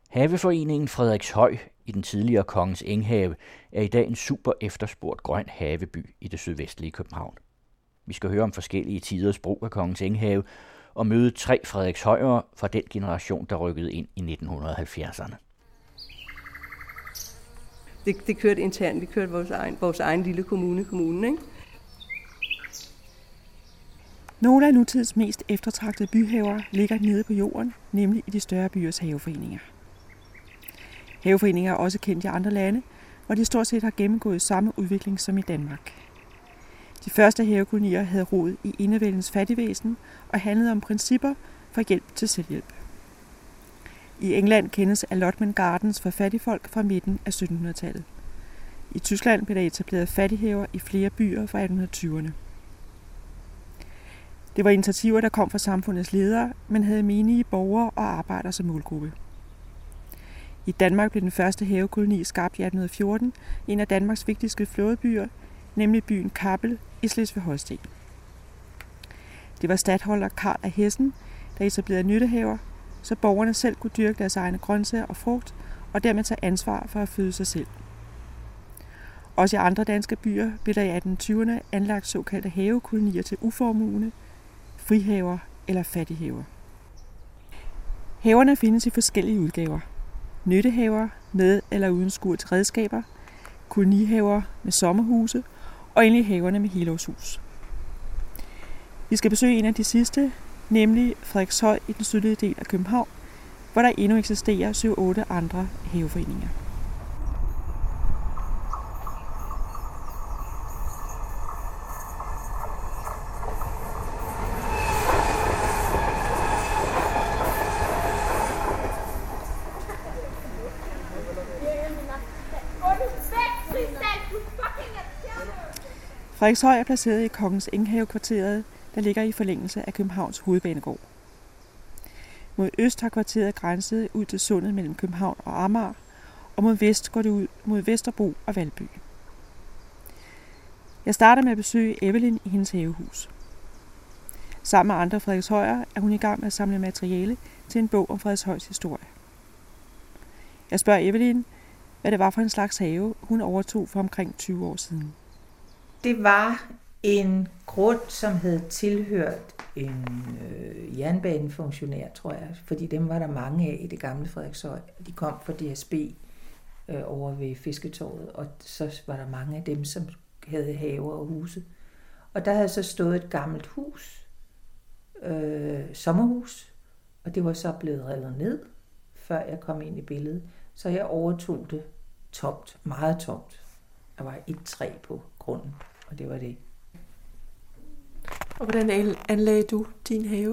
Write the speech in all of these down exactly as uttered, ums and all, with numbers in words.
Haveforeningen Frederikshøj i den tidligere Kongens Enghave er i dag en super efterspurgt grøn haveby i det sydvestlige København. Vi skal høre om forskellige tiders brug af Kongens Enghave og møde tre Frederikshøjere fra den generation, der rykkede ind i nitten halvfjerdserne. Det, det kørte internt, vi kørte vores egen, vores egen lille kommune, kommunen, ikke? Nogle af nutidens mest eftertragtede byhaver ligger nede på jorden, nemlig i de større byers haveforeninger. Haveforeninger er også kendt i andre lande, hvor de stort set har gennemgået samme udvikling som i Danmark. De første havekolonier havde rod i enevældens fattigvæsen og handlede om principper for hjælp til selvhjælp. I England kendes allotment gardens for fattigfolk fra midten af syttenhundredetallet. I Tyskland blev der etableret fattighaver i flere byer fra atten tyverne. Det var initiativer, der kom fra samfundets ledere, men havde menige borgere og arbejdere som målgruppe. I Danmark blev den første havekoloni skabt i atten fjorten i en af Danmarks vigtigste flådebyer, nemlig byen Kappel i Slesvig-Holsten. Det var statholder Karl af Hessen, der etablerede nyttehaver, så borgerne selv kunne dyrke deres egne grøntsager og frugt, og dermed tage ansvar for at føde sig selv. Også i andre danske byer blev der i atten tyverne anlagt såkaldte havekolonier til uformuende, frihaver eller fattighaver. Haverne findes i forskellige udgaver. Nyttehaver med eller uden skur til redskaber, kolonihaver med sommerhuse og endelig haverne med helårshus. Vi skal besøge en af de sidste, nemlig Frederikshøj i den sydlige del af København, hvor der endnu eksisterer syv otte andre haveforeninger. Frederikshøj er placeret i Kongens Enghave-kvarteret, der ligger i forlængelse af Københavns Hovedbanegård. Mod øst har kvarteret grænset ud til sundet mellem København og Amager, og mod vest går det ud mod Vesterbro og Valby. Jeg starter med at besøge Evelyn i hendes havehus. Sammen med andre Frederikshøjere er hun i gang med at samle materiale til en bog om Frederikshøjs historie. Jeg spørger Evelyn, hvad det var for en slags have, hun overtog for omkring tyve år siden. Det var en grund, som havde tilhørt en øh, jernbanefunktionær, tror jeg, fordi dem var der mange af i det gamle Frederikshøj. De kom fra D S B øh, over ved Fisketorvet, og så var der mange af dem, som havde haver og huse. Og der havde så stået et gammelt hus, øh, sommerhus, og det var så blevet revet ned, før jeg kom ind i billedet. Så jeg overtog det tomt, meget tomt. Der var et træ på grunden, og det var det. Og hvordan anlagde du din have?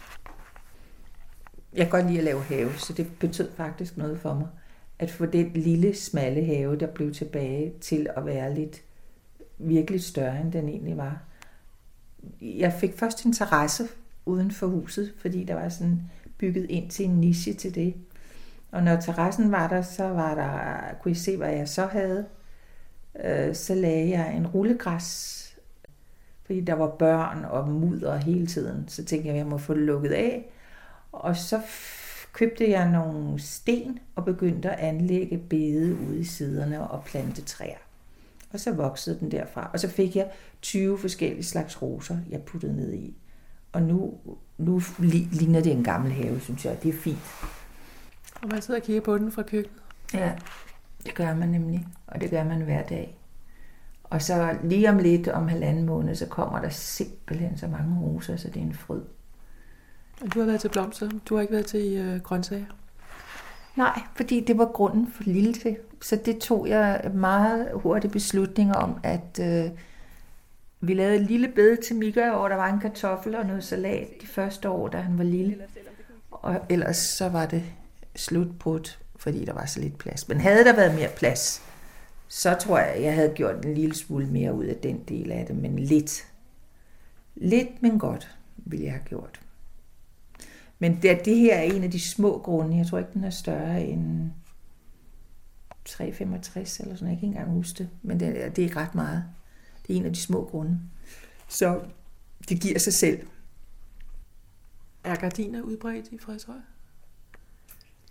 Jeg kan godt lide at lave have, så det betød faktisk noget for mig. At få den lille, smalle have, der blev tilbage til at være lidt virkelig større, end den egentlig var. Jeg fik først en terrasse uden for huset, fordi der var sådan bygget ind til en niche til det. Og når terrassen var der, så var der, kunne I se, hvad jeg så havde. Så lagde jeg en rullegræs, fordi der var børn og mudder hele tiden. Så tænkte jeg, at jeg må få det lukket af. Og så købte jeg nogle sten og begyndte at anlægge bede ude i siderne og plante træer. Og så voksede den derfra. Og så fik jeg tyve forskellige slags roser, jeg puttede ned i. Og nu, nu ligner det en gammel have, synes jeg. Det er fint. Og man sidder og kigger på den fra køkkenet. Ja, det gør man nemlig. Og det gør man hver dag. Og så lige om lidt, om halvanden måned, så kommer der simpelthen så mange roser, så det er en fryd. Og du har været til blomster. Du har ikke været til øh, grøntsager? Nej, fordi det var grunden for lille til. Så det tog jeg meget hurtigt beslutninger om, at øh, vi lavede et lille bed til Mika, hvor der var en kartoffel og noget salat de første år, da han var lille. Og ellers så var det slutbrudt, fordi der var så lidt plads. Men havde der været mere plads, så tror jeg, jeg havde gjort en lille smule mere ud af den del af det. Men lidt. Lidt, men godt, ville jeg have gjort. Men det, det her er en af de små grunde. Jeg tror ikke, den er større end tre komma femogtres eller sådan. Jeg kan ikke engang huske det. Men det er, det er ikke ret meget. Det er en af de små grunde. Så det giver sig selv. Er gardiner udbredt i Frederikshøj?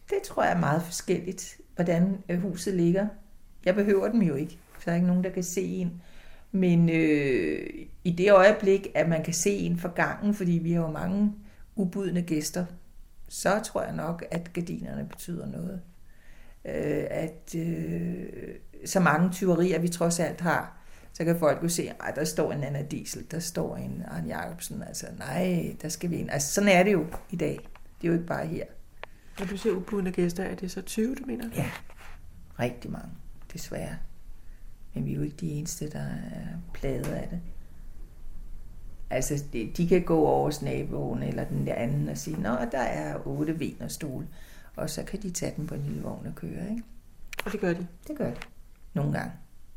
Det tror jeg er meget forskelligt, hvordan huset ligger. Jeg behøver dem jo ikke, så der er ikke nogen, der kan se en. Men øh, i det øjeblik, at man kan se en for gangen, fordi vi har jo mange ubudne gæster, så tror jeg nok, at gardinerne betyder noget. Øh, at øh, så mange tyverier, vi trods alt har, så kan folk jo se, at der står en Anna Diesel, der står en Arne Jacobsen. Altså nej, der skal vi ind. Altså sådan er det jo i dag. Det er jo ikke bare her. Når du siger ubudne gæster, er det så tyve, du mener? Ja, rigtig mange, desværre. Men vi er jo ikke de eneste, der er plaget af det. Altså, de kan gå over naboen eller den der anden og sige, nå, der er otte Wienerstole, og så kan de tage den på en lille vogn og køre, ikke? Og det gør de? Det gør de. Nogle gange.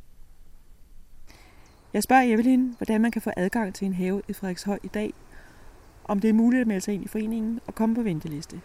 Jeg spørger Evelyn, hvordan man kan få adgang til en have i Frederikshøj i dag, om det er muligt at melde sig ind i foreningen og komme på venteliste.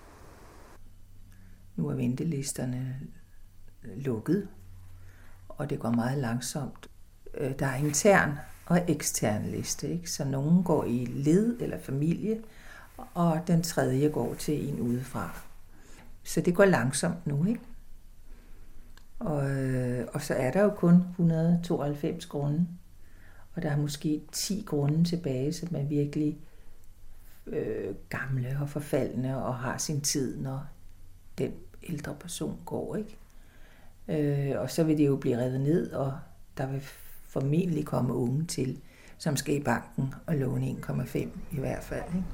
Nu er ventelisterne lukket, og det går meget langsomt. Der er intern og ekstern liste, ikke? Så nogen går i led eller familie, og den tredje går til en udefra. Så det går langsomt nu, ikke? Og, og så er der jo kun et hundrede og tooghalvfems grunde, og der er måske ti grunde tilbage, som er virkelig øh, gamle og forfaldne og har sin tid, når den ældre person går, ikke? Øh, og så vil det jo blive revet ned, og der vil formentlig komme unge til, som skal i banken og låne en komma fem i hvert fald, ikke?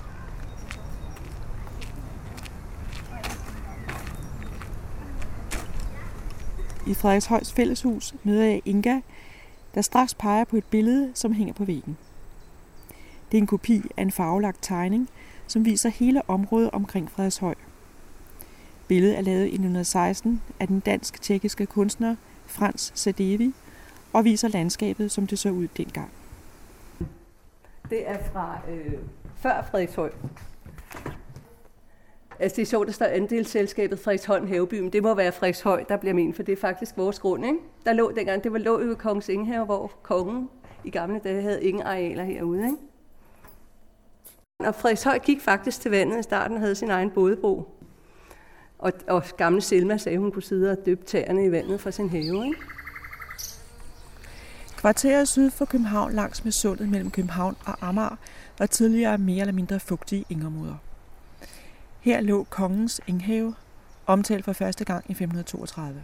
I Frederikshøjs fælleshus møder jeg Inga, der straks peger på et billede, som hænger på væggen. Det er en kopi af en farvelagt tegning, som viser hele området omkring Frederikshøj. Billedet er lavet i nitten seksten af den dansk-tjekkiske kunstner Frans Sadevi og viser landskabet, som det så ud dengang. Det er fra øh, før Frederikshøj. Altså det er sjovt, der står andelsselskabet Frederiksholm Haveby, men det må være Frederikshøj, der bliver ment, for det er faktisk vores grund, ikke? Der lå dengang, det var lå ved Kongens Enghave, hvor kongen i gamle dage havde ingen arealer herude, ikke? Og Frederikshøj gik faktisk til vandet i starten og havde sin egen bådebro. Og, og gamle Selma sagde, hun kunne sidde og dyppe tæerne i vandet fra sin have, ikke? Kvarteret syd for København langs med sundet mellem København og Amager var tidligere mere eller mindre fugtige engområder. Her lå Kongens Enghave, omtalt for første gang i femten toogtredive.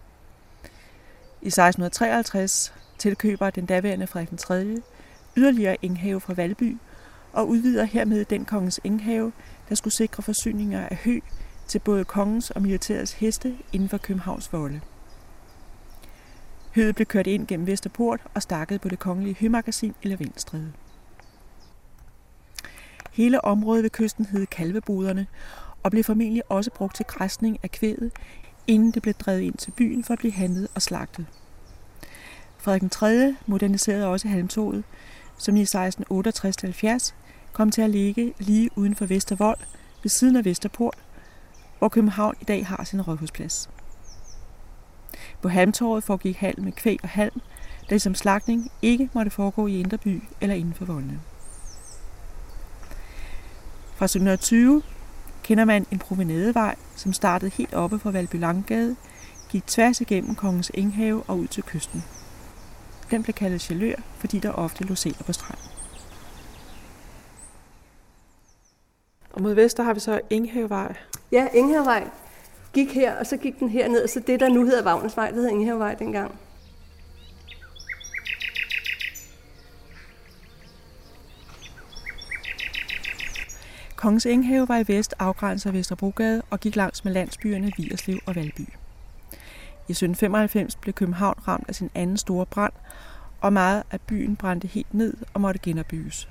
I seksten treoghalvtreds tilkøber den daværende Frederik den tredje yderligere enghave fra Valby og udvider hermed den Kongens Enghave, der skulle sikre forsyninger af hø til både kongens og militærets heste inden for Københavns volde. Høet blev kørt ind gennem Vesterport og stakket på det kongelige hømagasin i Lavendstræde. Hele området ved kysten hed Kalveboderne og blev formentlig også brugt til græsning af kvæget, inden det blev drevet ind til byen for at blive handlet og slagtet. Frederik den tredje moderniserede også Halmtorvet, som i seksten otteogtres til halvfjerds kom til at ligge lige uden for Vestervold ved siden af Vesterport, hvor København i dag har sin rådhusplads. På Halmtorvet foregik handel med kvæg og halm, der som slagtning ikke måtte foregå i Indre By eller inden for voldene. Fra sytten tyve kender man en promenadevej, som startede helt oppe fra Valby Langgade, gik tværs igennem Kongens Enghave og ud til kysten. Den blev kaldet Chalør, fordi der ofte lå sæler på stranden. Og mod vest, der har vi så Enghavevej. Ja, Enghavevej gik her, og så gik den her ned, så det, der nu hedder Vagnsvej, det hed Enghavevej dengang. Kongens Enghave var i vest afgrænset af Vesterbrogade og gik langs med landsbyerne Vigerslev og Valby. I sytten femoghalvfems blev København ramt af sin anden store brand, og meget af byen brændte helt ned og måtte genopbygges.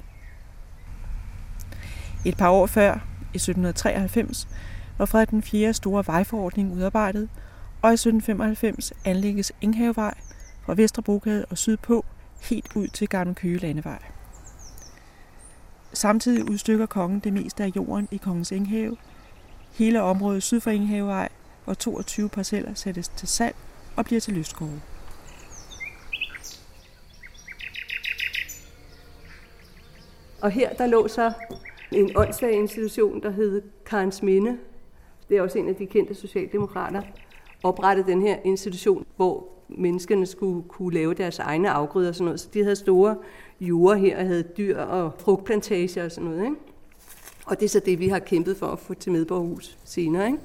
Et par år før, i sytten treoghalvfems, var Frederik den fjerde store vejforordning udarbejdet, og i sytten femoghalvfems anlægges Enghavevej fra Vesterbrogade og sydpå helt ud til Gamle Køge Landevej. Samtidig udstykker kongen det meste af jorden i Kongens Enghave. Hele området syd for Enghavevej, hvor toogtyve parceller sættes til salg og bliver til lystskove. Og her der lå så en åndssvag institution, der hed Karensminde. det er også en af de kendte socialdemokrater, oprettede den her institution, hvor menneskene skulle kunne lave deres egne afgrøder og sådan noget. Så de havde store jorder her og havde dyr og frugtplantager og sådan noget, ikke? Og det er så det, vi har kæmpet for at få til Medborgerhus senere, ikke?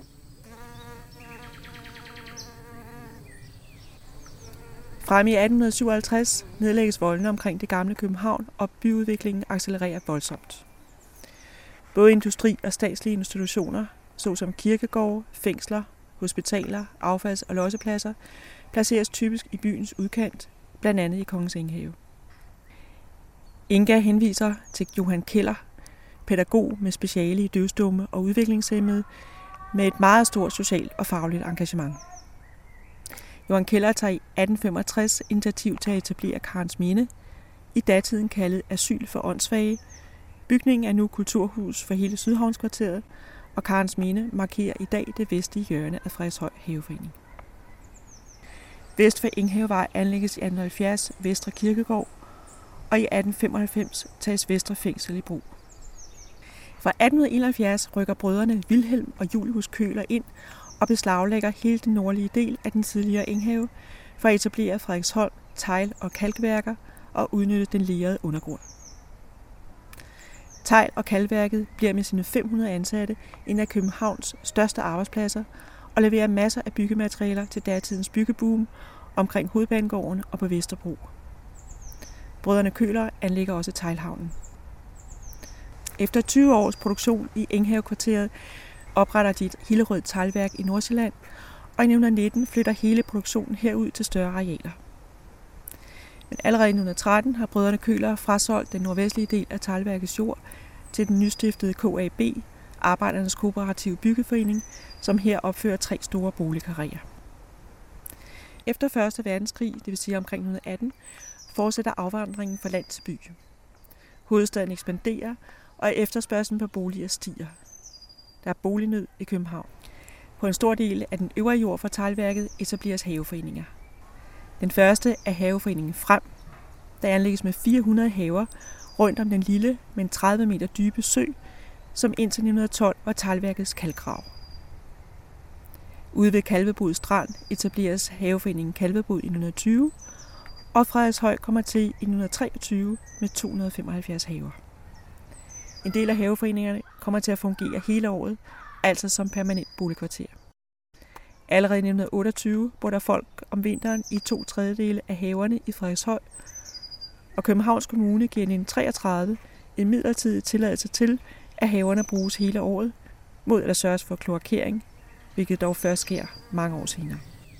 Frem i atten syvoghalvtreds nedlægges voldene omkring det gamle København, og byudviklingen accelererer voldsomt. Både industri og statslige institutioner, såsom kirkegårde, fængsler, hospitaler, affalds- og lossepladser, placeres typisk i byens udkant, blandt andet i Kongens Enghave. Inga henviser til Johan Keller, pædagog med speciale i døvstumme og udviklingshæmmede, med et meget stort socialt og fagligt engagement. Johan Keller tager i atten femogtres initiativ til at etablere Karensminde, i datiden kaldet Asyl for åndssvage. Bygningen er nu kulturhus for hele Sydhavnskvarteret, og Karensminde markerer i dag det vestlige hjørne af Frederikszhøj Haveforening. Vest for Enghavevej anlægges i atten halvfjerds Vestre Kirkegård, og i atten femoghalvfems tages Vestre Fængsel i brug. Fra atten enoghalvfjerds rykker brødrene Vilhelm og Julius Køhler ind og beslaglægger hele den nordlige del af den tidligere Enghave for at etablere Frederiksholm tegl- og kalkværker og udnytte den lerede undergrund. Tegl- og kalkværket bliver med sine fem hundrede ansatte en af Københavns største arbejdspladser og leverer masser af byggematerialer til datidens byggeboom omkring Hovedbanegården og på Vesterbro. Brødrene Køhler anlægger også Teglhavnen. Efter tyve års produktion i Enghavekvarteret opretter de et Hillerød Teglværk i Nordsjælland, og i nitten nitten flytter hele produktionen herud til større arealer. Men allerede i nitten tretten har brødrene Køhler frasolgt den nordvestlige del af teglværkets jord til den nystiftede K A B, Arbejdernes Kooperative Byggeforening, som her opfører tre store boligkarreer. Efter første verdenskrig, det vil sige omkring nitten atten, fortsætter afvandringen fra land til by. Hovedstaden ekspanderer, og efterspørgslen på boliger stiger. Der er bolignød i København. På en stor del af den øvre jord fra teglværket etableres haveforeninger. Den første er Haveforeningen Frem, der anlægges med fire hundrede haver rundt om den lille, men tredive meter dybe sø, som indtil nitten tolv var teglværkets kalkgrav. Ude ved Kalvebod Strand etableres Haveforeningen Kalvebod i nitten tyve, og Frederikszhøj kommer til i nitten treogtyve med to hundrede femoghalvfjerds haver. En del af haveforeningerne kommer til at fungere hele året, altså som permanent boligkvarter. Allerede i nitten otteogtyve bor der folk om vinteren i to tredjedele af haverne i Frederikszhøj, og Københavns Kommune giver i nitten treogtredive en midlertidig tilladelse til, at haverne bruges hele året, mod at der sørges for kloakering, hvilket dog først sker mange år senere.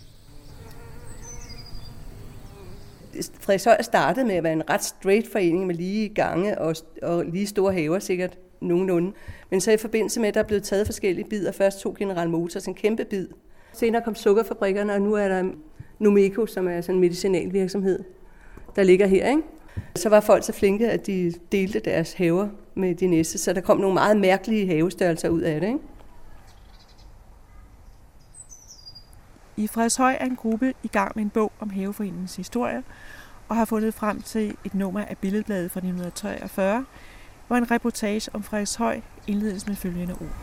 Frederikszhøj startede med at være en ret straight forening med lige gange og, og lige store haver sikkert nogenlunde. Men så i forbindelse med, at der er blevet taget forskellige bidder, først to General Motors, en kæmpe bid. Senere kom sukkerfabrikkerne, og nu er der Numeco, som er sådan en medicinalvirksomhed, der ligger her, ikke? Så var folk så flinke, at de delte deres haver med de næste, så der kom nogle meget mærkelige havestørrelser ud af det, ikke? I Frederikszhøj er en gruppe i gang med en bog om haveforeningens historie, og har fundet frem til et nummer af Billedbladet fra nitten treogfyrre, hvor en reportage om Frederikszhøj indledes med følgende ord.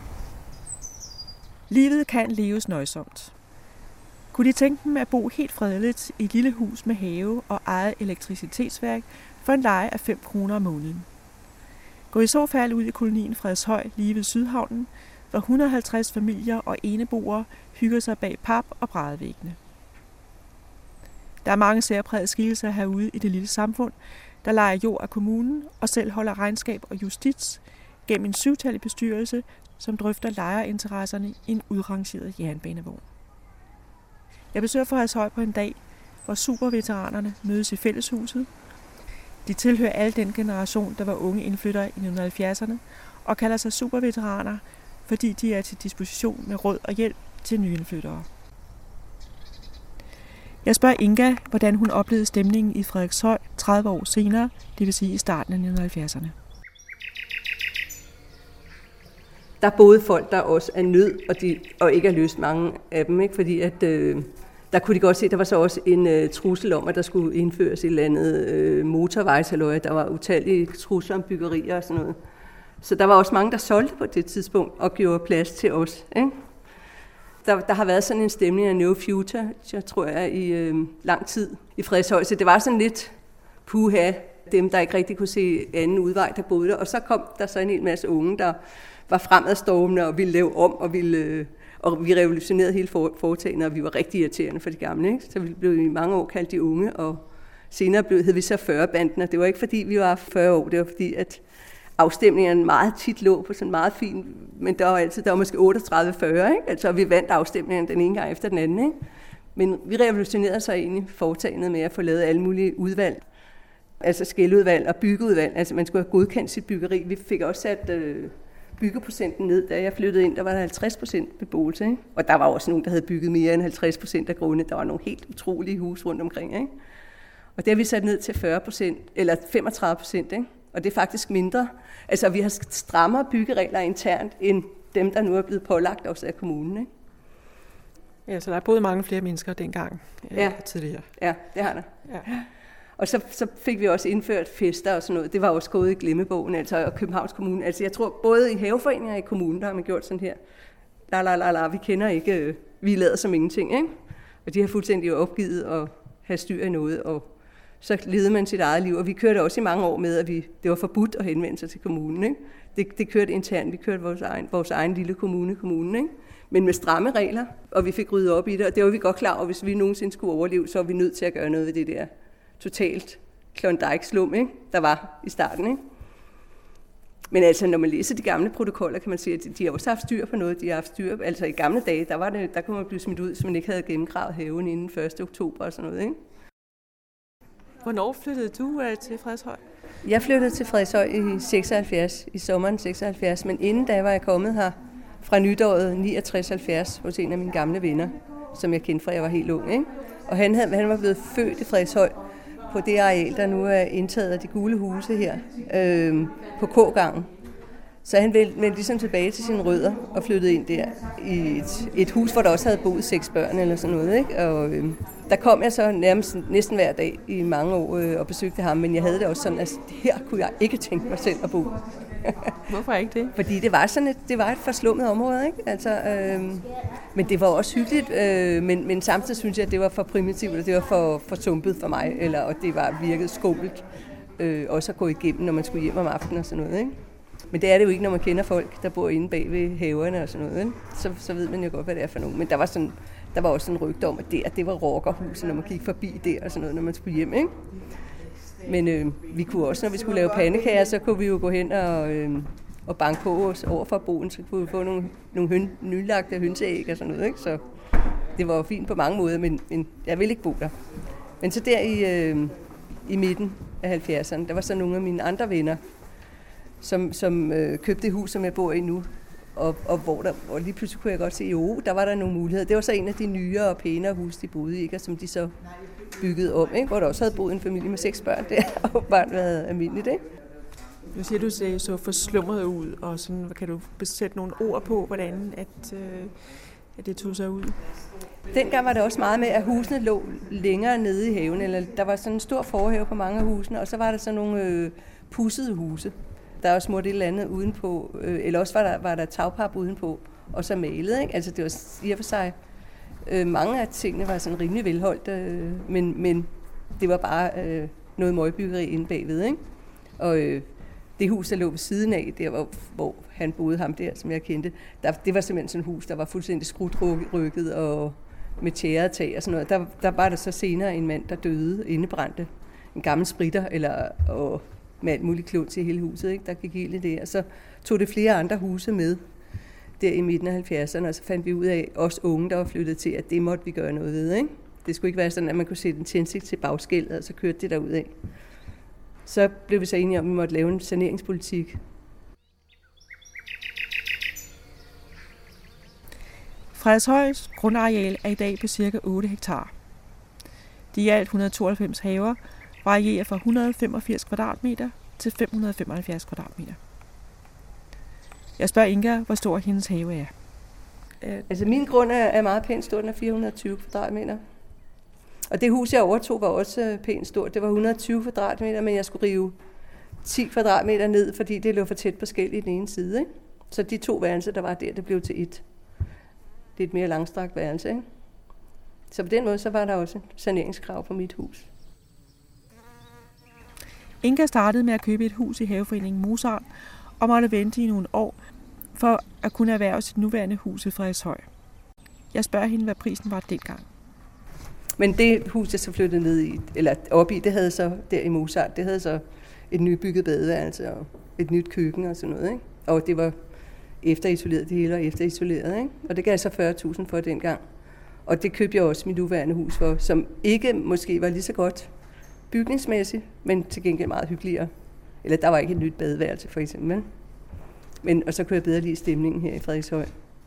Livet kan leves nøjsomt. Kunne de tænke dem at bo helt fredeligt i et lille hus med have og eget elektricitetsværk for en leje af fem kroner om måneden? Gå i så fald ud i kolonien Frederikszhøj lige ved Sydhavnen, hvor et hundrede og halvtreds familier og eneboere hygger sig bag pap og bræddevæggene. Der er mange særprægede skikkelser herude i det lille samfund, der lejer jord af kommunen og selv holder regnskab og justits gennem en syvtallig bestyrelse, som drøfter lejerinteresserne i en udrangeret jernbanevogn. Jeg besøger Frederikszhøj på en dag, hvor superveteranerne mødes i fælleshuset. De tilhører alle den generation, der var unge indflyttere i nitten halvfjerdserne og kalder sig superveteraner, fordi de er til disposition med råd og hjælp til nye indflyttere. Jeg spørger Inga, hvordan hun oplevede stemningen i Frederikszhøj tredive år senere, det vil sige i starten af nitten halvfjerdserne. Der boede folk, der også er nød, og, de, og ikke har løst mange af dem, ikke? Fordi at, øh, der kunne de godt se, at der var så også en øh, trussel om, at der skulle indføres et eller andet øh, motorvejshalløj. Der var utallige trusler om byggerier og sådan noget. Så der var også mange, der solgte på det tidspunkt og gjorde plads til os, ikke? Der, der har været sådan en stemning af no future, jeg tror jeg, i øh, lang tid i Fredshøj. Så det var sådan lidt puha, dem der ikke rigtig kunne se anden udvej, der boede der. Og så kom der så en hel masse unge, der var fremadstormende og ville lave om, og, ville, øh, og vi revolutionerede hele foretagendet, og vi var rigtig irriterende for de gamle. Ikke? Så vi blev i mange år kaldt de unge, og senere blev, hed vi så fyrre-banden, og det var ikke fordi, vi var fyrre år, det var fordi, at afstemningerne meget tit lå på sådan meget fint, men der var altid, der var måske otteogtredive fyrre, ikke? Altså vi vandt afstemningerne den ene gang efter den anden, ikke? Men vi revolutionerede så egentlig foretagendet med at få lavet alle mulige udvalg, altså skæludvalg og byggeudvalg, altså man skulle have godkendt sit byggeri. Vi fik også sat øh, byggeprocenten ned, da jeg flyttede ind, der var der halvtreds procent beboelse, ikke? Og der var også nogen, der havde bygget mere end halvtreds procent af grunde, der var nogle helt utrolige huse rundt omkring, ikke? Og det har vi sat ned til fyrre procent, eller femogtredive procent, ikke? Og det er faktisk mindre. Altså, vi har strammere byggeregler internt, end dem, der nu er blevet pålagt også af kommunen, ikke? Ja, så der er både mange flere mennesker dengang ja. tidligere. Ja, det har der. Ja. Og så, så fik vi også indført fester og sådan noget. Det var også gået i glemmebogen, altså og Københavns Kommune. Altså, jeg tror, både i haveforeninger og i kommunen, der har man gjort sådan her. La, la, la, la, vi kender ikke, vi lader som ingenting, ikke? Og de har fuldstændig opgivet at have styr i noget, og så levede man sit eget liv, og vi kørte også i mange år med, at vi, det var forbudt at henvende sig til kommunen. Ikke? Det, det kørte internt, vi kørte vores egen, vores egen lille kommune, kommunen, ikke? Men med stramme regler, og vi fik ryddet op i det, og det var vi godt klar over, hvis vi nogensinde skulle overleve, så var vi nødt til at gøre noget ved det der totalt Klondike-slum, ikke? Der var i starten. Ikke? Men altså, når man læser de gamle protokoller, kan man se, at de har også haft styr på noget, de har haft styr på. Altså i gamle dage, der, var det, der kunne man blive smidt ud, hvis man ikke havde gennemgravet haven inden første oktober og sådan noget, ikke? Hvornår flyttede du uh, til Fredshøj? Jeg flyttede til Fredshøj i seksoghalvfjerds, i sommeren seksoghalvfjerds, men inden da var jeg kommet her fra nytåret niogtres halvfjerds hos en af mine gamle venner, som jeg kendte fra jeg var helt ung. Ikke? Og han, havde, han var blevet født i Fredshøj på det areal, der nu er indtaget af de gule huse her, øh, på K-gangen. Så han vendte ligesom tilbage til sine rødder og flyttede ind der i et, et hus, hvor der også havde boet seks børn eller sådan noget. Ikke? Og øh, der kom jeg så nærmest næsten hver dag i mange år øh, og besøgte ham, men jeg havde det også sådan, at her kunne jeg ikke tænke mig selv at bo. Hvorfor ikke det? Fordi det var sådan et, det var et forslummet område, ikke? Altså, øh, men det var også hyggeligt, øh, men, men samtidig synes jeg, at det var for primitivt, og det var for, for sumpet for mig, eller, og det var virket skummelt øh, også at gå igennem, når man skulle hjem om aftenen og sådan noget, ikke? Men det er det jo ikke, når man kender folk, der bor inde bag ved haverne og sådan noget, ikke? Så, så ved man jo godt, hvad det er for nogen. Men der var, sådan, der var også sådan en rygte om, at det, at det var rockerhuset, når man gik forbi der og sådan noget, når man skulle hjem, ikke? Men øh, vi kunne også, når vi skulle lave pandekager, så kunne vi jo gå hen og, øh, og banke på os over for boen, så kunne vi få nogle, nogle høn, nylagte hønseæg og sådan noget, ikke? Så det var jo fint på mange måder, men, men jeg ville ikke bo der. Men så der i, øh, i midten af halvfjerdserne, der var så nogle af mine andre venner, som, som øh, købte det hus, som jeg bor i nu, og, og hvor der, og lige pludselig kunne jeg godt se, jo, der var der nogle muligheder. Det var så en af de nyere og pænere huse, de boede i, ikke? Som de så byggede om, ikke? Hvor der også havde boet en familie med seks børn der, og barn været almindeligt, ikke? Nu siger du, at det så forslumret ud, og sådan, kan du besætte nogle ord på, hvordan at, øh, at det tog sig ud? Dengang var det også meget med, at husene lå længere nede i haven, eller der var sådan en stor forhave på mange af husene, og så var der sådan nogle øh, pudsede huse. Der var smurt et eller andet udenpå, øh, eller også var der, var der tagpap udenpå, og så malet, ikke? Altså det var i og for sig, øh, mange af tingene var sådan rimelig velholdt, øh, men, men det var bare øh, noget møgbyggeri inde bagved, ikke? Og øh, det hus, der lå ved siden af, der hvor, hvor han boede, ham der, som jeg kendte, der, det var simpelthen sådan et hus, der var fuldstændig skrutrykket og med tjæret tag og sådan noget. Der, der var der så senere en mand, der døde, indebrændte, en gammel spritter, eller... Og, med alt muligt klod til hele huset, ikke? Der gik helt i det. Og så tog det flere andre huse med der i midten af halvfjerdserne, og så fandt vi ud af, os unge, der var flyttet til, at det måtte vi gøre noget ved, ikke? Det skulle ikke være sådan, at man kunne sætte en tændsigt til bagskældet, og så kørte det derud af. Så blev vi så enige om, at vi måtte lave en saneringspolitik. Fredshøjs grundareal er i dag på cirka otte hektar. De i alt et hundrede og tooghalvfems haver varierer fra et hundrede og femogfirs kvadratmeter til fem hundrede og femoghalvfjerds kvadratmeter. Jeg spørger Inga, hvor stor hendes have er. Altså min grund er meget pænt stor, den er fire hundrede og tyve kvadratmeter. Og det hus, jeg overtog, var også pænt stort. Det var et hundrede og tyve kvadratmeter, men jeg skulle rive ti kvadratmeter ned, fordi det lå for tæt på skel i den ene side, ikke? Så de to værelser, der var der, det blev til et. Det er et mere langstrakt værelse, ikke? Så på den måde, så var der også et saneringskrav på mit hus. Inga startede med at købe et hus i haveforeningen Mozart og måtte vente i nogle år for at kunne erhverve sit nuværende hus i Frederikszøj. Jeg spørger hende, hvad prisen var dengang. Men det hus, jeg så flyttede ned i, eller op i, det havde så der i Mozart, det havde så et nybygget badeværelse og et nyt køkken og sådan noget, ikke? Og det var efterisoleret, det hele var efterisoleret, ikke? Og det gav så fyrre tusind for dengang. Og det købte jeg også mit nuværende hus for, som ikke måske var lige så godt bygningsmæssigt, men til gengæld meget hyggeligere. Eller der var ikke et nyt badeværelse for eksempel. Men, og så kunne jeg bedre lide stemningen her i Frederikszøj.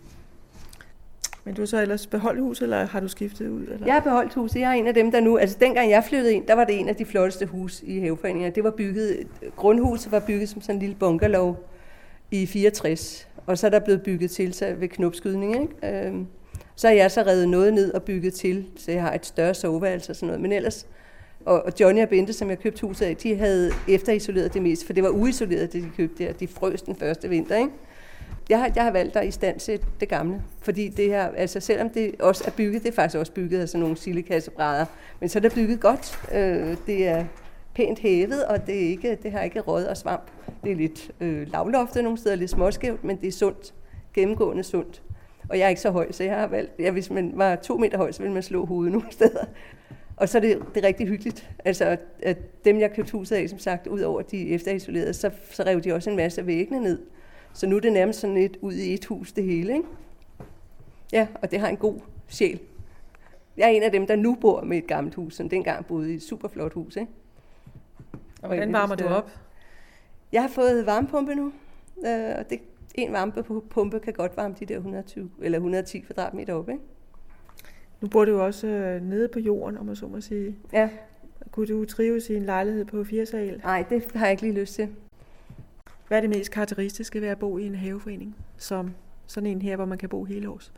Men du har så ellers beholdt huset, eller har du skiftet ud? Eller? Jeg har beholdt huset. Jeg er en af dem, der nu... Altså dengang jeg flyttede ind, der var det en af de flotteste hus i haveforeningen. Det var bygget... Grundhuset var bygget som sådan en lille bungalow i fireogtres. Og så er der blevet bygget til sig ved knopskydning, ikke? Øhm, så har jeg så revet noget ned og bygget til, så jeg har et større soveværelse og sådan noget. Men ellers... Og Johnny og Bente, som jeg købte huset af, de havde efterisoleret det mest, for det var uisoleret, det de købte der. De frøs den første vinter, ikke? Jeg har, jeg har valgt at istandsætte det gamle, fordi det her, altså selvom det også er bygget, det er faktisk også bygget af sådan nogle sildekassebrædder, men så er det bygget godt. Øh, det er pænt hævet, og det, er ikke, det har ikke råd og svamp. Det er lidt øh, lavloftet nogle steder, lidt småskævt, men det er sundt, gennemgående sundt. Og jeg er ikke så høj, så jeg har valgt, ja, hvis man var to meter høj, så ville man slå hovedet nogle steder. Og så er det, det er rigtig hyggeligt. Altså, at dem, jeg købte huset af, som sagt, ud over de efterisolerede, så, så rev de også en masse af væggene ned. Så nu er det nærmest sådan et ud i et hus, det hele, ikke? Ja, og det har en god sjæl. Jeg er en af dem, der nu bor med et gammelt hus, som dengang boede i et superflot hus, ikke? Og hvordan varmer du op? Jeg har fået varmepumpe nu, og det, en varmepumpe kan godt varme de der et hundrede og tyve eller et hundrede og ti kvadratmeter op, ikke? Nu bor du jo også øh, nede på jorden, om man så må sige. Ja. Kunne du trives i en lejlighed på fire sal? Nej, det har jeg ikke lige lyst til. Hvad er det mest karakteristiske ved at bo i en haveforening, som sådan en her, hvor man kan bo hele års?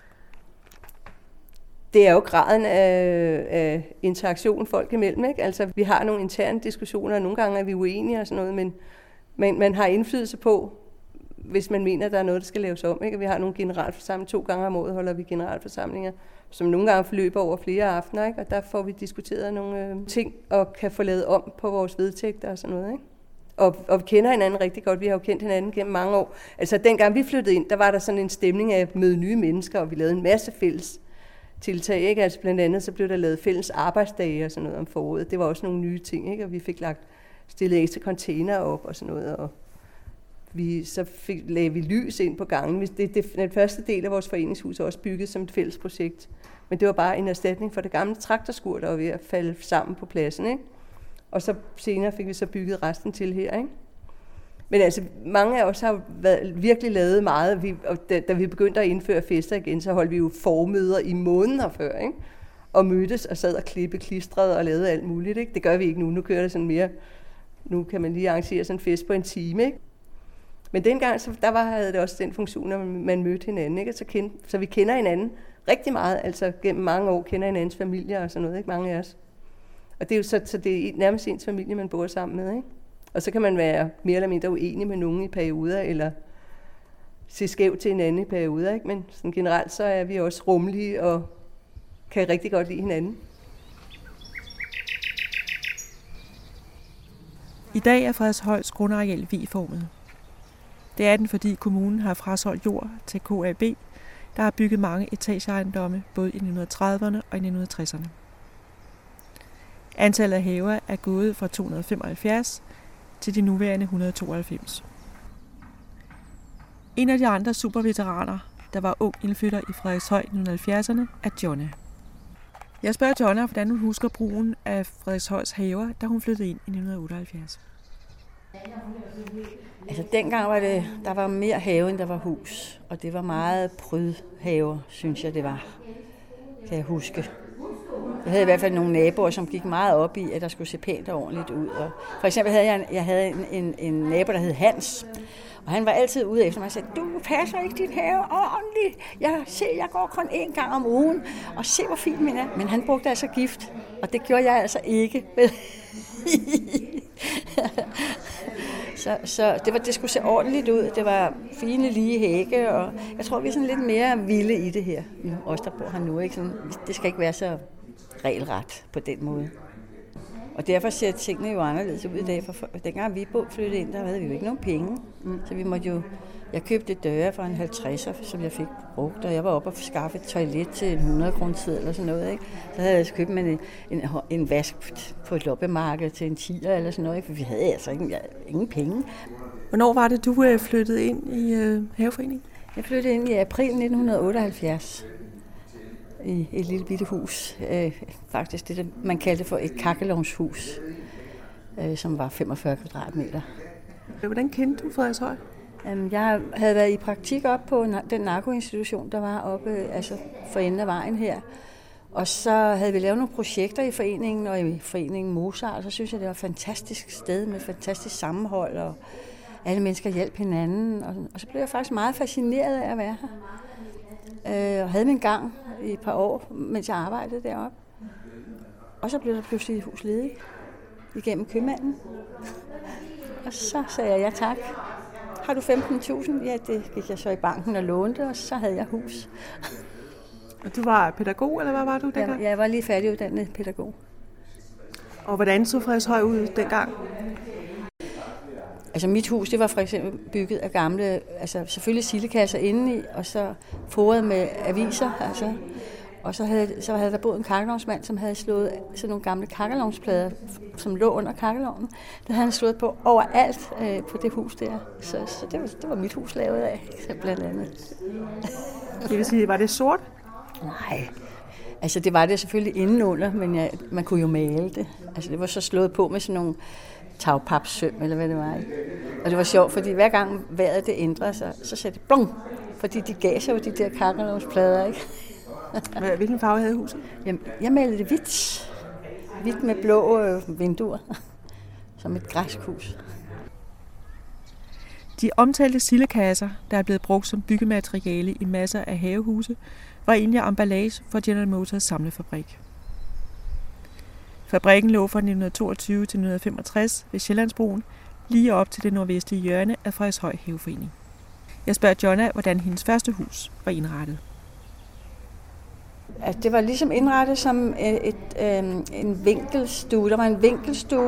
Det er jo graden af, af interaktion folk imellem, ikke? Altså, vi har nogle interne diskussioner, og nogle gange er vi uenige og sådan noget, men man, man har indflydelse på, hvis man mener, at der er noget, der skal laves om, ikke? Vi har nogle generalforsamlinger, to gange om året holder vi generalforsamlinger, som nogle gange forløber over flere aftener, ikke? Og der får vi diskuteret nogle øh, ting, og kan få lavet om på vores vedtægter og sådan noget, ikke? Og, og vi kender hinanden rigtig godt. Vi har jo kendt hinanden gennem mange år. Altså dengang vi flyttede ind, der var der sådan en stemning af at møde nye mennesker, og vi lavede en masse fælles tiltag, ikke? Altså blandt andet så blev der lavet fælles arbejdsdage og sådan noget om foråret. Det var også nogle nye ting, ikke? Og vi fik lagt stillet ekstra container op og sådan noget, og vi, så fik, lagde vi lys ind på gangen. Det, det, den første del af vores foreningshus er også bygget som et fælles projekt, men det var bare en erstatning for det gamle traktorskur, der var ved at falde sammen på pladsen, ikke? Og så senere fik vi så bygget resten til her, ikke? Men altså, mange af os har været, virkelig lavet meget, vi, og da, da vi begyndte at indføre fester igen, så holdt vi jo formøder i måneder før, ikke? Og mødtes og sad og klippe, klistrede og lavede alt muligt, ikke? Det gør vi ikke nu. Nu kører det sådan mere, nu kan man lige arrangere sådan en fest på en time, ikke? Men dengang, så der var, havde det også den funktion, at man mødte hinanden, ikke? Så, kend, så vi kender hinanden rigtig meget, altså gennem mange år kender hinandens familier og sådan noget, ikke? Mange af os. Og det er jo så, så det er nærmest ens familie, man bor sammen med, ikke? Og så kan man være mere eller mindre uenig med nogen i perioder, eller se skævt til hinanden i perioder, ikke? Men sådan generelt så er vi også rummelige og kan rigtig godt lide hinanden. I dag er Frederikszøjs grundareal V-formet. Det er den, fordi kommunen har frasolgt jord til K A B, der har bygget mange etageejendomme både i nitten trediverne og i nitten tresserne. Antallet af haver er gået fra to hundrede og femoghalvfjerds til de nuværende et hundrede og tooghalvfems. En af de andre superveteraner, der var ung indflytter i Frederikszøj i nitten halvfjerdserne, er Johnny. Jeg spørger Johnny, hvordan hun husker brugen af Frederikszøjs haver, da hun flyttede ind i nitten otteoghalvfjerds. Altså dengang var det, der var mere have, end der var hus. Og det var meget prydhaver, synes jeg det var. Kan jeg huske. Jeg havde i hvert fald nogle naboer, som gik meget op i, at der skulle se pænt og ordentligt ud. Og for eksempel havde jeg, jeg havde en, en, en nabo, der hed Hans. Og han var altid ude efter mig og sagde, du passer ikke dit have ordentligt. Jeg, se, jeg går kun én gang om ugen, og se, hvor fint min er. Men han brugte altså gift, og det gjorde jeg altså ikke. Så, så det, var, det skulle se ordentligt ud. Det var fine, lige hække, og jeg tror, vi er sådan lidt mere vilde i det her. Os, der bor her nu, ikke? Sådan, det skal ikke være så regelret på den måde. Og derfor ser tingene jo anderledes ud i dag. For dengang vi flyttede ind, der havde vi jo ikke nogen penge. Mm. Så vi måtte jo... Jeg købte døre for en halvtredser, som jeg fik brugt, og jeg var oppe og skaffe et toilet til en hundrede kroner tid eller sådan noget. Ikke? Så havde jeg købt en, en, en vask på et loppemarked til en tier eller sådan noget, ikke? For vi havde altså ingen, jeg, ingen penge. Hvornår var det, du flyttede ind i øh, haveforeningen? Jeg flyttede ind i april nitten otteoghalvfjerds i et lille bitte hus. Øh, faktisk det, man kaldte for et kakkelovnshus, øh, som var femogfyrre kvadratmeter. Hvordan kendte du Frederikshøj? Jeg havde været i praktik op på den narkoinstitution, der var oppe altså for enden af vejen her. Og så havde vi lavet nogle projekter i foreningen, og i foreningen Mozart, så synes jeg, det var et fantastisk sted med fantastisk sammenhold, og alle mennesker hjalp hinanden. Og så blev jeg faktisk meget fascineret af at være her. Og havde min gang i et par år, mens jeg arbejdede deroppe. Og så blev der pludselig et hus ledigt igennem købmanden. Og så sagde jeg ja tak. Har du femten tusind? Ja, det gik jeg så i banken og lånte, og så havde jeg hus. Og du var pædagog, eller hvad var du dengang? Ja, jeg var lige færdiguddannet pædagog. Og hvordan så Frederikshøj ud dengang? Altså mit hus, det var for eksempel bygget af gamle, altså selvfølgelig sildekasser indeni, og så foret med aviser, altså. Og så havde, så havde der boet en kakkelovnsmand, som havde slået sådan nogle gamle kakkelovnsplader, som lå under kakkelovnen. Det havde han slået på overalt øh, på det hus der. Så, så det, var, det var mit hus lavet af, blandt andet. Det vil sige, var det sort? Nej, altså det var det selvfølgelig indenunder, men jeg, man kunne jo male det. Altså det var så slået på med sådan nogle tagpapsøm, eller hvad det var. Ikke? Og det var sjovt, fordi hver gang vejret det ændrede sig, så sagde det blong, fordi de gav sig jo de der kakkelovnsplader, ikke? Hvilken farve havde huset? Jamen, jeg malede det hvidt. Hvidt med blå øh, vinduer. Som et græskhus. De omtalte sildekasser, der er blevet brugt som byggemateriale i masser af havehuse, var egentlig emballage for General Motors samlefabrik. Fabrikken lå fra nitten toogtyve til nitten femogtres ved Sjællandsbroen, lige op til det nordvestlige hjørne af Frederikshøj Haveforening. Jeg spørger Jonna, hvordan hendes første hus var indrettet. Altså, det var ligesom indrettet som et, et, øh, en vinkelstue. Der var en vinkelstue,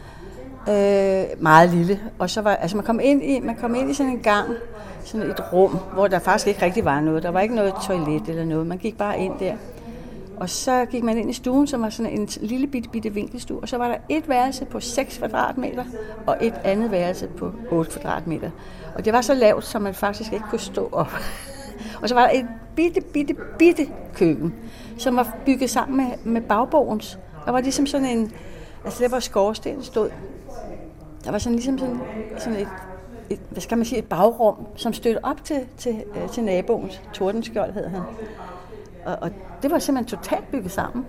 øh, meget lille. Og så var, altså man kom ind i, man kom ind i sådan en gang, sådan et rum, hvor der faktisk ikke rigtig var noget. Der var ikke noget toilet eller noget. Man gik bare ind der. Og så gik man ind i stuen, som var sådan en lille bitte, bitte vinkelstue. Og så var der et værelse på seks kvadratmeter, og et andet værelse på otte kvadratmeter. Og det var så lavt, så man faktisk ikke kunne stå op. Og så var der et bitte, bitte, bitte køkken, som var bygget sammen med, med bagbogens. Der var ligesom sådan en, altså der var skorsten stod. Der var sådan ligesom sådan, sådan et, et, hvad skal man sige, et bagrum, som stødte op til, til, øh, til naboens. Tordenskjold hed han. Og, og det var simpelthen totalt bygget sammen.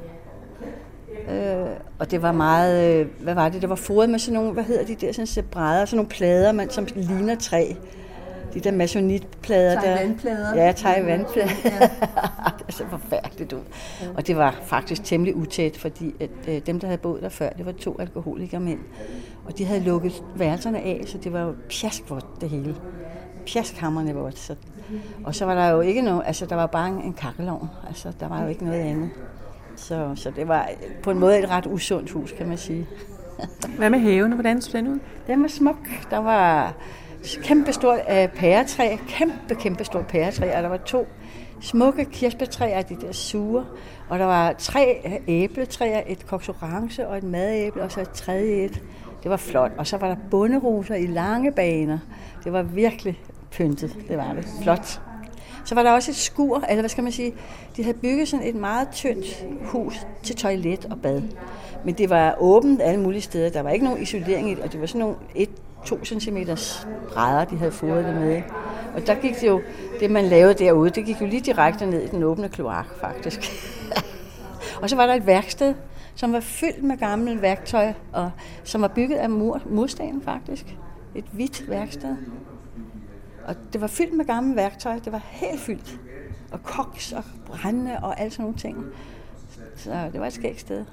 Øh, og det var meget, øh, hvad var det, det var foret med sådan nogle, hvad hedder de der, sådan brædder, sådan nogle plader, man, som ligner træ. De der masonitplader der. Taiwanplader. Ja, Taiwanplader. Ja. Det så forfærdeligt ud. Ja. Og det var faktisk temmelig utæt, fordi at, øh, dem, der havde boet der før, det var to alkoholikere mænd. Og de havde lukket værelserne af, så det var jo pjaskvådt det hele. Pjaskhamrende vådt. Så. Og så var der jo ikke noget, altså der var bare en kakkelovn. Altså der var jo ikke noget andet. Så, så det var på en måde et ret usundt hus, kan man sige. Hvad med haven, og hvordan så den ud? Den var smuk. Der var kæmpe stort øh, pæretræ, kæmpe, kæmpe stort pæretræ, og der var to smukke kirsebærtræer, de der sure, og der var tre æbletræer, et koks orange og et madæble, og så et tredje et. Det var flot. Og så var der bunderoser i lange baner. Det var virkelig pyntet, det var det. Flot. Så var der også et skur, eller hvad skal man sige, de havde bygget sådan et meget tyndt hus til toilet og bad. Men det var åbent alle mulige steder. Der var ikke nogen isolering i det, og det var sådan nogle et to centimeters brædder, de havde fået det med. Og der gik det jo, det man lavede derude, det gik jo lige direkte ned i den åbne kloak, faktisk. Og så var der et værksted, som var fyldt med gamle værktøj, og som var bygget af mur, mursten, faktisk. Et hvidt værksted. Og det var fyldt med gamle værktøj, det var helt fyldt. Og koks og brænde og alt sådan nogle ting. Så det var et skægt sted.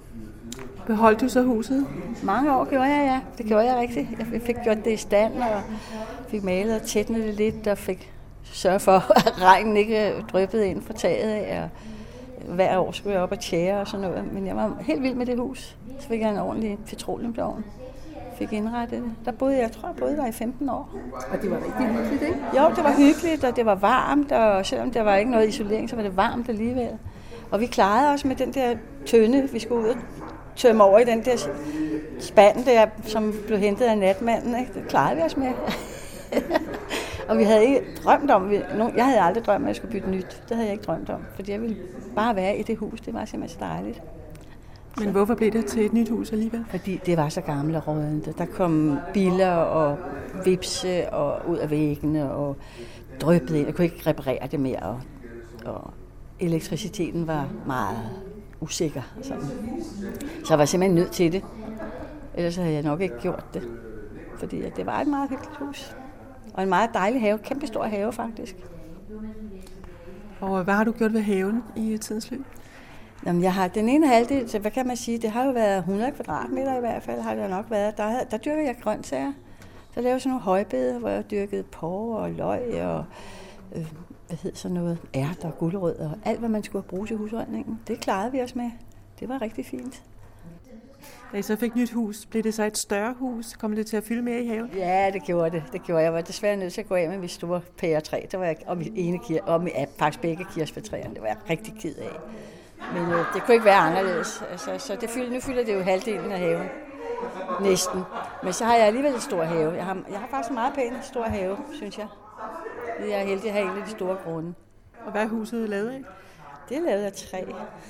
Beholdt du så huset? Mange år gjorde jeg, ja. Det gjorde jeg rigtigt. Jeg fik gjort det i stand, og fik malet og tætnet det lidt, og fik sørget for, at regnen ikke dryppede ind fra taget af. Og hver år skulle jeg op og tjære og sådan noget. Men jeg var helt vild med det hus. Så fik jeg en ordentlig petroleumsovn. Fik indrettet det. Der boede jeg, jeg tror jeg boede der i femten år. Og det var rigtig hyggeligt, ikke? Jo, det var hyggeligt, og det var varmt, og selvom der var ikke noget isolering, så var det varmt alligevel. Og vi klarede os med den der tønde, vi skulle ud og tømme over i den der spand der, som blev hentet af natmanden. Ikke? Det klarede vi os med. Og vi havde ikke drømt om, jeg havde aldrig drømt om, at jeg skulle bytte nyt. Det havde jeg ikke drømt om, fordi jeg ville bare være i det hus. Det var simpelthen så dejligt. Men hvorfor blev det til et nyt hus alligevel? Fordi det var så gammelt og rådent. Der kom biller og vipse og ud af væggene og dryppede ind. Jeg kunne ikke reparere det mere, og, og elektriciteten var meget usikker. Sådan. Så jeg var simpelthen nødt til det. Ellers havde jeg nok ikke gjort det. Fordi det var et meget hyggeligt hus. Og en meget dejlig have. Kæmpe stor have faktisk. Og hvad har du gjort ved haven i tidens løb? Jamen, jeg har den ene halvdel, så hvad kan man sige, det har jo været hundrede kvadratmeter i hvert fald, har det nok været. Der, der dyrker jeg grøntsager. Der lavede sådan nogle højbede, hvor jeg dyrkede porre og løg og øh, hvad hedder sådan noget, ærter og gulerødder og alt, hvad man skulle bruge til husholdningen. Det klarede vi os med. Det var rigtig fint. Da I så fik nyt hus, blev det så et større hus? Kom det til at fylde mere i haven? Ja, det gjorde det. Det gjorde jeg. Jeg var desværre nødt til at gå af med mit store pæretræ. Der var jeg, og mit ene kir, og mit, faktisk begge kirsebærtræerne. Det var jeg rigtig ked af. Men øh, det kunne ikke være anderledes. Altså, så det fylder, nu fylder det jo halvdelen af haven. Næsten. Men så har jeg alligevel en stor have. Jeg har, jeg har faktisk en meget pæn stor have, synes jeg. Jeg er heldig at have en af de store grunde. Og hvad er huset lavet af? Det er lavet af træ.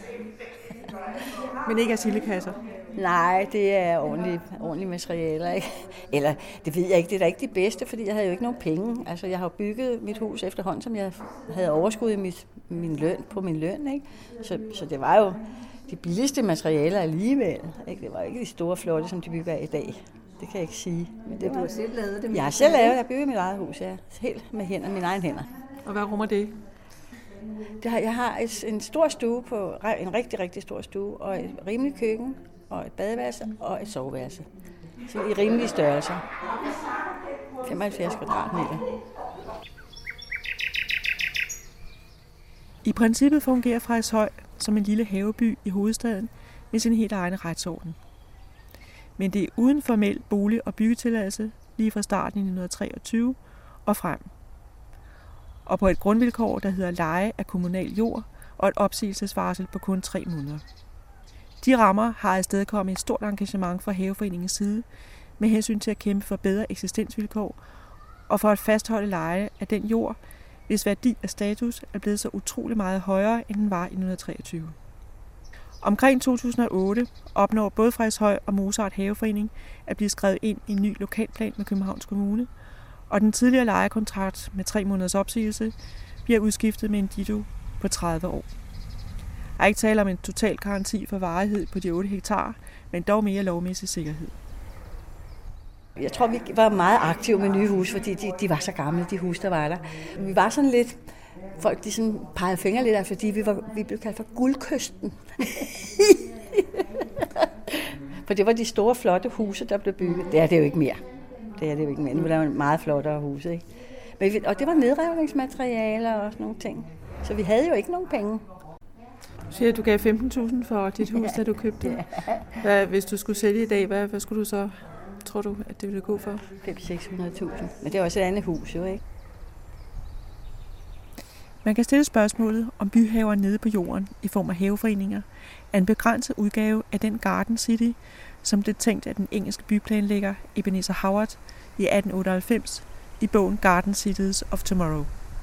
Men ikke af sildekasser? Nej, det er ordentlige, ordentlige materialer, ikke? Eller, det ved jeg ikke, det er da ikke det bedste, fordi jeg havde jo ikke nogen penge. Altså, jeg har bygget mit hus efterhånden, som jeg havde overskud i mit, min løn, på min løn, ikke? Så, så det var jo de billigste materialer alligevel, ikke? Det var ikke de store flotte, som de bygger af i dag. Det kan jeg ikke sige. Men det du har selv lavet det? Jeg har selv lavet, jeg har bygget mit eget hus, ja. Helt med hænder, mine egne hænder. Og hvad rummer det? Det har, jeg har et, en stor stue, på, en rigtig, rigtig stor stue, og et rimeligt køkken, og et badeværelse og et soveværelse. Så i rimelige størrelser. femoghalvfjerds kvadratmeter. I princippet fungerer Fredshøj som en lille haveby i hovedstaden med sin helt egen retsorden. Men det er uden formel bolig- og byggetilladelse lige fra starten i nitten treogtyve og frem. Og på et grundvilkår, der hedder leje af kommunal jord og et opsigelsesvarsel på kun tre måneder. De rammer har afstedkommet et stort engagement fra Haveforeningens side med hensyn til at kæmpe for bedre eksistensvilkår og for at fastholde leje af den jord, hvis værdi og status er blevet så utrolig meget højere, end den var i nitten treogtyve. Omkring to tusind og otte opnår både Fredshøj og Mozart Haveforening at blive skrevet ind i en ny lokalplan med Københavns Kommune, og den tidligere lejekontrakt med tre måneders opsigelse bliver udskiftet med en ditto på tredive år. Der er ikke tale om en total garanti for varighed på de otte hektar, men dog mere lovmæssig sikkerhed. Jeg tror, vi var meget aktive med nye huse, fordi de, de var så gamle, de huse, der var der. Vi var sådan lidt, folk de sådan pegede fingre lidt af, fordi vi, var, vi blev kaldt for guldkysten. For det var de store, flotte huse, der blev bygget. Det er det jo ikke mere. Det er det jo ikke mere. Nu er det meget flottere huse, ikke? Men, og det var nedrevningsmaterialer og sådan nogle ting. Så vi havde jo ikke nogen penge. Du siger, at du gav femten tusind for dit hus, da du købte det. Hvad, hvis du skulle sælge i dag, hvad, hvad skulle du så, tror du, at det ville gå for? fem hundrede til seks hundrede tusind. Men det er også et andet hus, jo, ikke? Man kan stille spørgsmålet, om byhaver nede på jorden i form af haveforeninger er en begrænset udgave af den Garden City, som blev tænkt af den engelske byplanlægger Ebenezer Howard i atten otteoghalvfems i bogen Garden Cities of Tomorrow.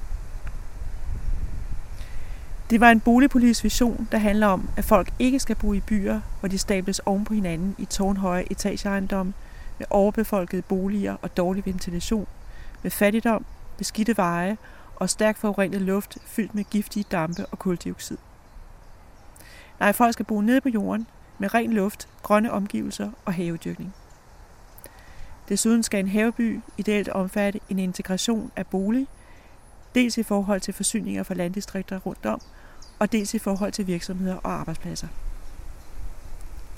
Det var en boligpolitisk vision, der handler om, at folk ikke skal bo i byer, hvor de stables oven på hinanden i tårnhøje etageejendomme med overbefolkede boliger og dårlig ventilation, med fattigdom, beskidte veje og stærkt forurenet luft fyldt med giftige dampe og kuldioxid. Nej, folk skal bo nede på jorden med ren luft, grønne omgivelser og havedyrkning. Desuden skal en haveby ideelt omfatte en integration af bolig, dels i forhold til forsyninger fra landdistrikter rundt om, og dels i forhold til virksomheder og arbejdspladser.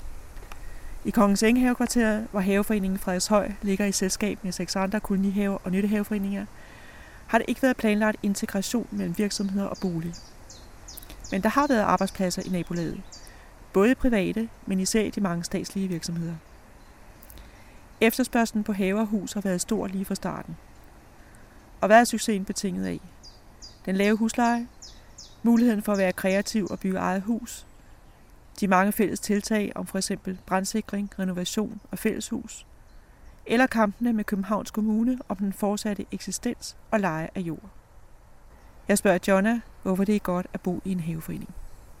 I Kongens Enghavekvarteret, hvor haveforeningen Frederikshøj ligger i selskab med seks andre kolonihaver og nyttehaveforeninger, har det ikke været planlagt integration mellem virksomheder og bolig. Men der har været arbejdspladser i nabolaget. Både private, men især i de mange statslige virksomheder. Efterspørgslen på haver og hus har været stor lige fra starten. Og hvad er succesen betinget af? Den lave husleje, muligheden for at være kreativ og bygge eget hus, de mange fælles tiltag om for eksempel brandsikring, renovation og fælleshus, eller kampene med Københavns Kommune om den fortsatte eksistens og leje af jord. Jeg spørger Jonna, hvorfor det er godt at bo i en haveforening.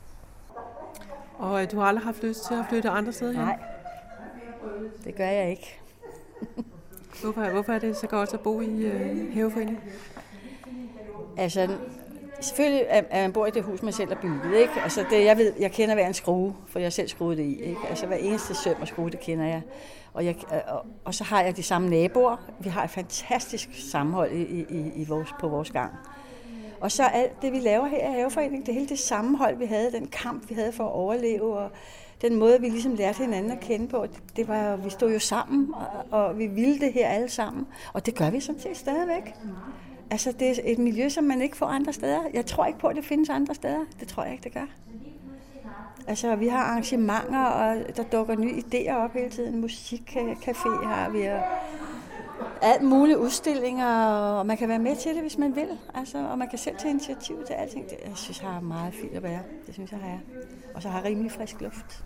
Og du har aldrig haft lyst til at flytte andre steder hen? Nej, det gør jeg ikke. Hvorfor, hvorfor er det så godt at bo i øh, haveforening? Altså, selvfølgelig at man bor i det hus, man selv har bygget, ikke? Altså, det, jeg ved, jeg kender hver en skrue, for jeg selv skruede det i, ikke? Altså, hver eneste søm og skrue, det kender jeg. Og, jeg og, og så har jeg de samme naboer. Vi har et fantastisk sammenhold i, i, i vores, på vores gang. Og så alt det, vi laver her i haveforeningen, det hele det sammenhold, vi havde, den kamp, vi havde for at overleve, og den måde, vi ligesom lærte hinanden at kende på, det, det var, vi stod jo sammen, og, og vi ville det her alle sammen. Og det gør vi sådan set stadigvæk. Altså, det er et miljø, som man ikke får andre steder. Jeg tror ikke på, at det findes andre steder. Det tror jeg ikke, det gør. Altså, vi har arrangementer, og der dukker nye idéer op hele tiden. Musikcafé har vi, og alt mulige udstillinger, og man kan være med til det, hvis man vil. Altså, og man kan selv tage initiativ til alting. Det, jeg synes, jeg har meget fint at være. Det synes jeg har. Og så har jeg rimelig frisk luft.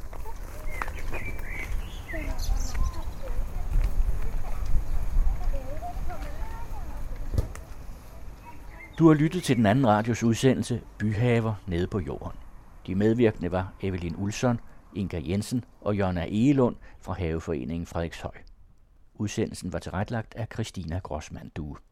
Du har lyttet til den anden radios udsendelse Byhaver nede på jorden. De medvirkende var Evelyn Ulsson, Inga Jensen og Jonna Egelund fra Haveforeningen Frederikshøj. Udsendelsen var tilrettelagt af Christina Grossmann Due.